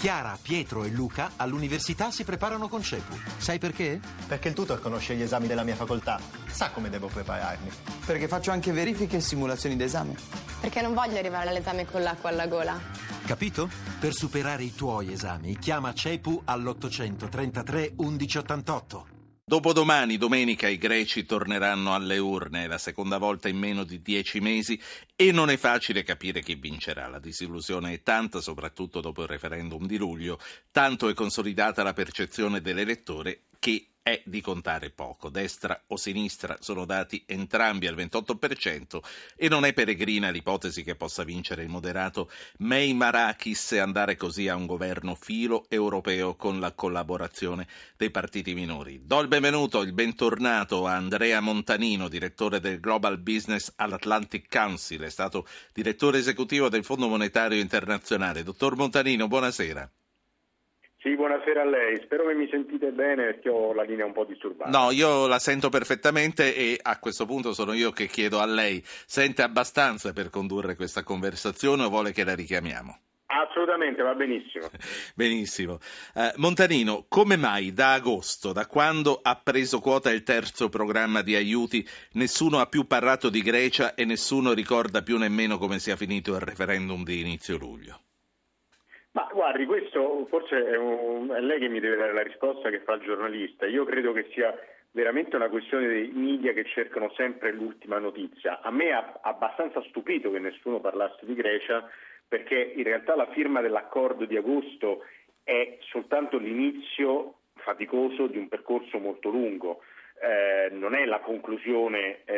Chiara, Pietro e Luca all'università si preparano con CEPU. Sai perché? Perché il tutor conosce gli esami della mia facoltà, sa come devo prepararmi. Perché faccio anche verifiche e simulazioni d'esame. Perché non voglio arrivare all'esame con l'acqua alla gola. Capito? Per superare i tuoi esami, chiama CEPU all'833 1188. Dopodomani, domenica, i greci torneranno alle urne, la seconda volta in meno di 10 mesi, e non è facile capire chi vincerà. La disillusione è tanta, soprattutto dopo il referendum di luglio, tanto è consolidata la percezione dell'elettore che è di contare poco. Destra o sinistra sono dati entrambi al 28% e non è peregrina l'ipotesi che possa vincere il moderato Meimarakis e andare così a un governo filo europeo con la collaborazione dei partiti minori. Do il benvenuto, il bentornato a Andrea Montanino, direttore del Global Business all'Atlantic Council, è stato direttore esecutivo del Fondo Monetario Internazionale. Dottor Montanino, buonasera. Sì, buonasera a lei. Spero che mi sentite bene perché ho la linea un po' disturbata. No, io la sento perfettamente e a questo punto sono io che chiedo a lei: sente abbastanza per condurre questa conversazione o vuole che la richiamiamo? Assolutamente, va benissimo. Benissimo. Montanino, come mai da agosto, da quando ha preso quota il terzo programma di aiuti, nessuno ha più parlato di Grecia e nessuno ricorda più nemmeno come sia finito il referendum di inizio luglio? Ma guardi, questo forse è lei che mi deve dare la risposta che fa il giornalista. Io credo che sia veramente una questione dei media che cercano sempre l'ultima notizia. A me ha abbastanza stupito che nessuno parlasse di Grecia, perché in realtà la firma dell'accordo di agosto è soltanto l'inizio faticoso di un percorso molto lungo. Non è la conclusione, è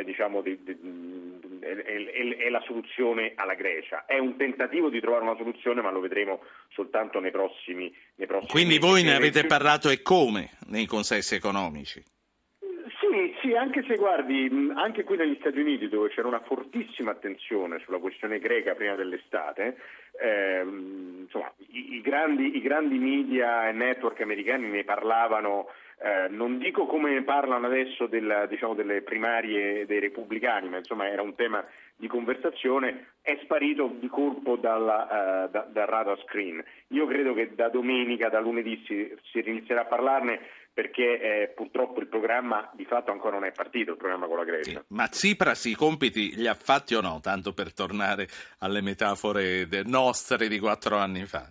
la soluzione alla Grecia. È un tentativo di trovare una soluzione, ma lo vedremo soltanto nei prossimi Quindi mesi. voi ne avete parlato e come nei consessi economici? Sì, anche se guardi, anche qui negli Stati Uniti, dove c'era una fortissima attenzione sulla questione greca prima dell'estate, insomma, i grandi media e network americani ne parlavano. Non dico come ne parlano adesso delle primarie dei repubblicani, ma insomma era un tema di conversazione. È sparito di colpo dal radar screen. Io credo che da domenica, da lunedì si inizierà a parlarne, perché purtroppo il programma di fatto ancora non è partito, il programma con la Grecia. Sì, ma Tsipras i compiti li ha fatti o no? Tanto per tornare alle metafore nostre di 4 anni fa.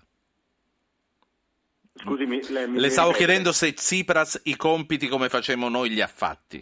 Scusami, le stavo chiedendo se Tsipras i compiti come facemmo noi li ha fatti.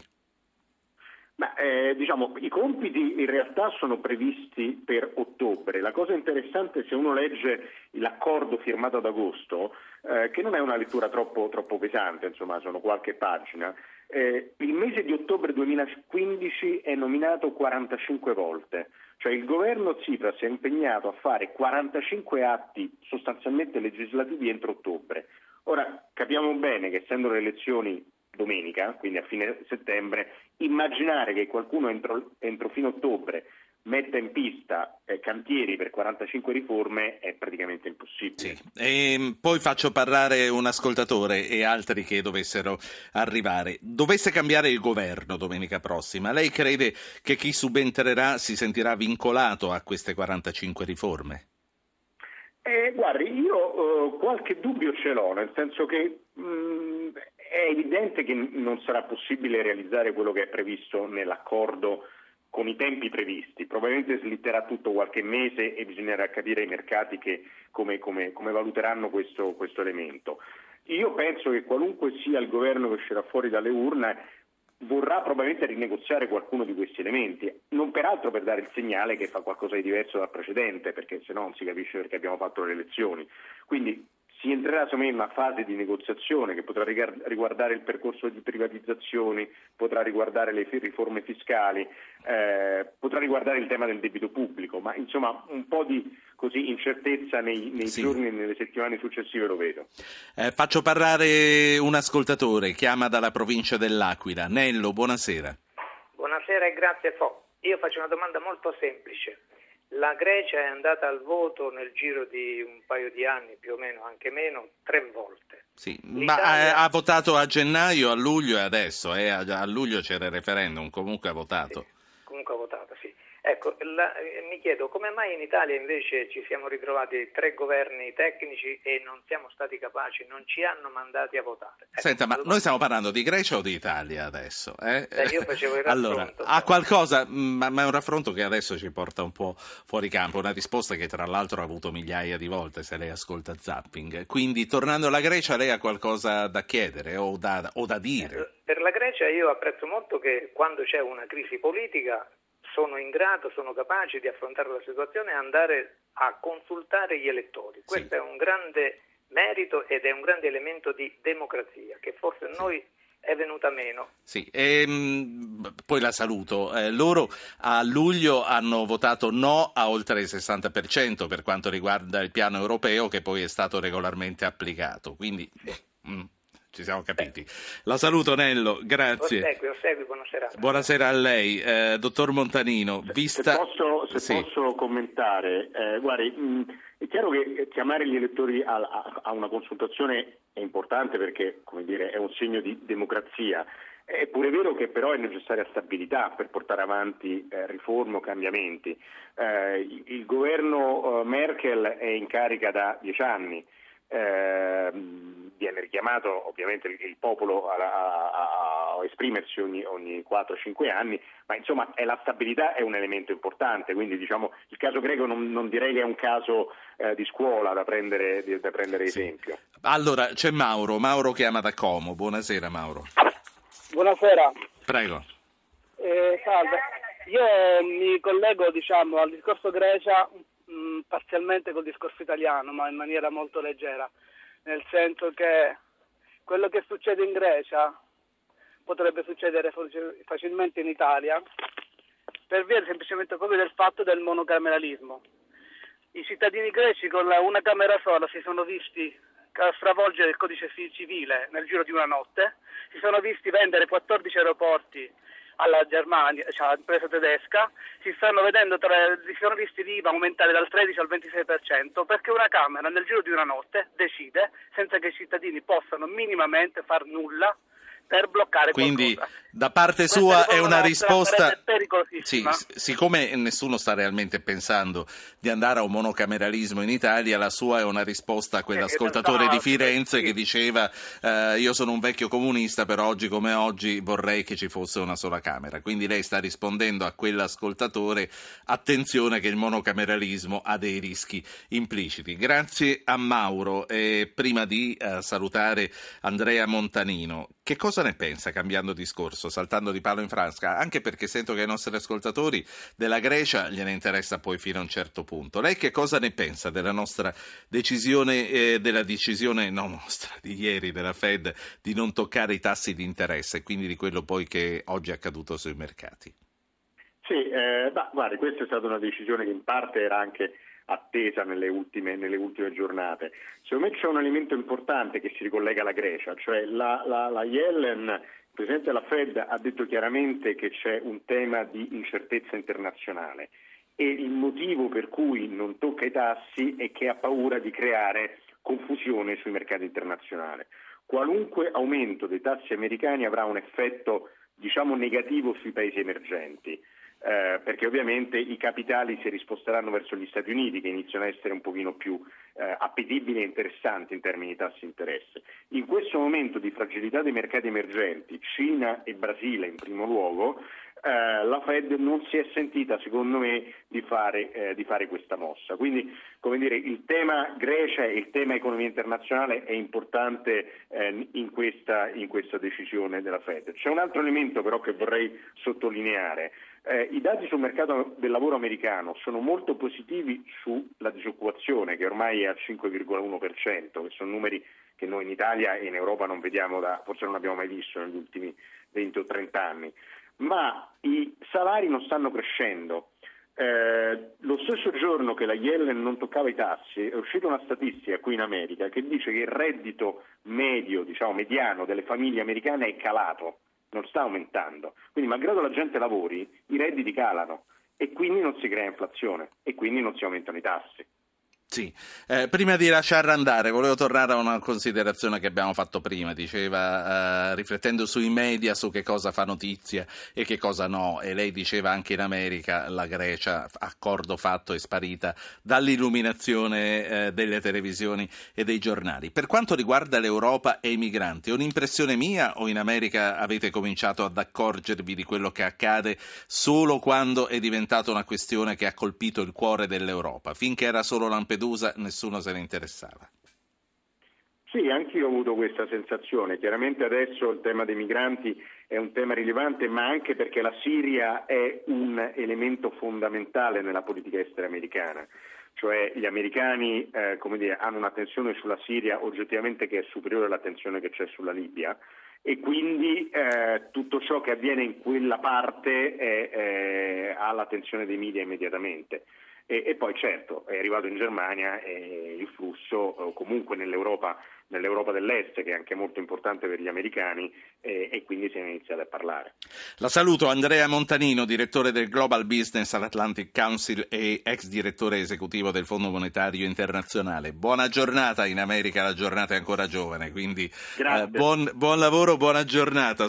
Ma i compiti in realtà sono previsti per ottobre. La cosa interessante, se uno legge l'accordo firmato ad agosto, che non è una lettura troppo pesante, insomma sono qualche pagina, il mese di ottobre 2015 è nominato 45 volte, cioè il governo Tsipras è impegnato a fare 45 atti sostanzialmente legislativi entro ottobre. Ora capiamo bene che essendo le elezioni domenica, quindi a fine settembre, immaginare che qualcuno entro fine ottobre metta in pista cantieri per 45 riforme è praticamente impossibile. Sì. E poi faccio parlare un ascoltatore e altri che dovessero arrivare. Dovesse cambiare il governo domenica prossima, lei crede che chi subentrerà si sentirà vincolato a queste 45 riforme? Guardi, io qualche dubbio ce l'ho, nel senso che è evidente che non sarà possibile realizzare quello che è previsto nell'accordo con i tempi previsti. Probabilmente slitterà tutto qualche mese e bisognerà capire ai mercati come valuteranno questo elemento. Io penso che qualunque sia il governo che uscirà fuori dalle urne vorrà probabilmente rinegoziare qualcuno di questi elementi, non peraltro per dare il segnale che fa qualcosa di diverso dal precedente, perché se no non si capisce perché abbiamo fatto le elezioni. Quindi si entrerà insomma in una fase di negoziazione che potrà riguardare il percorso di privatizzazioni, potrà riguardare le riforme fiscali, potrà riguardare il tema del debito pubblico, ma insomma un po' di incertezza nei giorni e nelle settimane successive lo vedo. Faccio parlare un ascoltatore, chiama dalla provincia dell'Aquila. Nello, buonasera. Buonasera e grazie. Io faccio una domanda molto semplice. La Grecia è andata al voto nel giro di un paio di anni, più o meno, anche meno, 3 volte. Sì, ma ha votato a gennaio, a luglio e adesso. A luglio c'era il referendum, comunque ha votato. Sì, comunque ha votato, sì. Ecco, mi chiedo come mai in Italia invece ci siamo ritrovati 3 governi tecnici e non siamo stati capaci, non ci hanno mandati a votare. Ecco, Senta, ma noi stiamo parlando di Grecia o di Italia adesso? Io facevo il raffronto. Allora, ha qualcosa, ma è un raffronto che adesso ci porta un po' fuori campo, una risposta che tra l'altro ha avuto migliaia di volte se lei ascolta Zapping. Quindi, tornando alla Grecia, lei ha qualcosa da chiedere o da dire? Per la Grecia io apprezzo molto che quando c'è una crisi politica sono in grado, sono capaci di affrontare la situazione e andare a consultare gli elettori. Questo è un grande merito ed è un grande elemento di democrazia che forse noi è venuta meno. Sì, poi la saluto. Loro a luglio hanno votato no a oltre il 60% per quanto riguarda il piano europeo che poi è stato regolarmente applicato. Quindi ci siamo capiti. La saluto Nello, grazie. Lo segui, buonasera. Buonasera a lei. Dottor Montanino, Se posso commentare, guardi, è chiaro che chiamare gli elettori a una consultazione è importante perché, come dire, è un segno di democrazia. È pure vero che però è necessaria stabilità per portare avanti riforme o cambiamenti. Il governo Merkel è in carica da 10 anni. Viene richiamato ovviamente il popolo a esprimersi ogni 4-5 anni, ma insomma la stabilità è un elemento importante, quindi diciamo il caso greco non direi che è un caso di scuola da prendere esempio. Allora c'è Mauro chiama da Como. Buonasera Mauro. Buonasera. Prego. Salve, io mi collego al discorso Grecia parzialmente col discorso italiano, ma in maniera molto leggera, nel senso che quello che succede in Grecia potrebbe succedere facilmente in Italia per via semplicemente proprio del fatto del monocameralismo. I cittadini greci con una camera sola si sono visti stravolgere il codice civile nel giro di una notte, si sono visti vendere 14 aeroporti alla Germania, all'impresa tedesca, si sono visti l'IVA aumentare dal 13 al 26% perché una Camera nel giro di una notte decide senza che i cittadini possano minimamente far nulla per bloccare quindi qualcosa. Da parte sua è una risposta pericolosissima. Siccome nessuno sta realmente pensando di andare a un monocameralismo in Italia, la sua è una risposta a quell'ascoltatore di Firenze che diceva io sono un vecchio comunista, però oggi come oggi vorrei che ci fosse una sola Camera. Quindi lei sta rispondendo a quell'ascoltatore: attenzione che il monocameralismo ha dei rischi impliciti. Grazie a Mauro. Prima di salutare Andrea Montanino, che cosa ne pensa, cambiando discorso, saltando di palo in frasca, anche perché sento che ai nostri ascoltatori della Grecia gliene interessa poi fino a un certo punto. Lei che cosa ne pensa della nostra decisione, di ieri della Fed di non toccare i tassi di interesse e quindi di quello poi che oggi è accaduto sui mercati? Sì, guardi, questa è stata una decisione che in parte era anche attesa nelle ultime giornate. Secondo me c'è un elemento importante che si ricollega alla Grecia, cioè la Yellen, il Presidente della Fed, ha detto chiaramente che c'è un tema di incertezza internazionale e il motivo per cui non tocca i tassi è che ha paura di creare confusione sui mercati internazionali. Qualunque aumento dei tassi americani avrà un effetto, negativo sui paesi emergenti. Perché ovviamente i capitali si risposteranno verso gli Stati Uniti, che iniziano a essere un pochino più appetibili e interessanti in termini di tassi di interesse. In questo momento di fragilità dei mercati emergenti, Cina e Brasile in primo luogo, la Fed non si è sentita, secondo me, di fare questa mossa. Quindi, il tema Grecia e il tema economia internazionale è importante in questa decisione della Fed. C'è un altro elemento però che vorrei sottolineare. I dati sul mercato del lavoro americano sono molto positivi sulla disoccupazione, che ormai è al 5,1%, che sono numeri che noi in Italia e in Europa non vediamo forse non abbiamo mai visto negli ultimi 20 o 30 anni. Ma i salari non stanno crescendo. Lo stesso giorno che la Yellen non toccava i tassi è uscita una statistica qui in America che dice che il reddito medio, mediano delle famiglie americane è calato, non sta aumentando. Quindi malgrado la gente lavori, i redditi calano e quindi non si crea inflazione e quindi non si aumentano i tassi. Sì, prima di lasciarla andare volevo tornare a una considerazione che abbiamo fatto prima, diceva riflettendo sui media su che cosa fa notizia e che cosa no, e lei diceva anche in America la Grecia, accordo fatto, è sparita dall'illuminazione delle televisioni e dei giornali. Per quanto riguarda l'Europa e i migranti, è un'impressione mia o in America avete cominciato ad accorgervi di quello che accade solo quando è diventata una questione che ha colpito il cuore dell'Europa? Finché era solo Lampedusa nessuno se ne interessava. Sì, anch'io ho avuto questa sensazione. Chiaramente adesso il tema dei migranti è un tema rilevante, ma anche perché la Siria è un elemento fondamentale nella politica estera americana. Cioè gli americani hanno una tensione sulla Siria oggettivamente che è superiore alla tensione che c'è sulla Libia, e quindi tutto ciò che avviene in quella parte ha l'attenzione dei media immediatamente. E poi certo è arrivato in Germania il flusso comunque nell'Europa dell'Est, che è anche molto importante per gli americani, e quindi si è iniziato a parlare. La saluto, Andrea Montanino, direttore del Global Business all'Atlantic Council e ex direttore esecutivo del Fondo Monetario Internazionale. Buona giornata, in America la giornata è ancora giovane, quindi buon lavoro, buona giornata.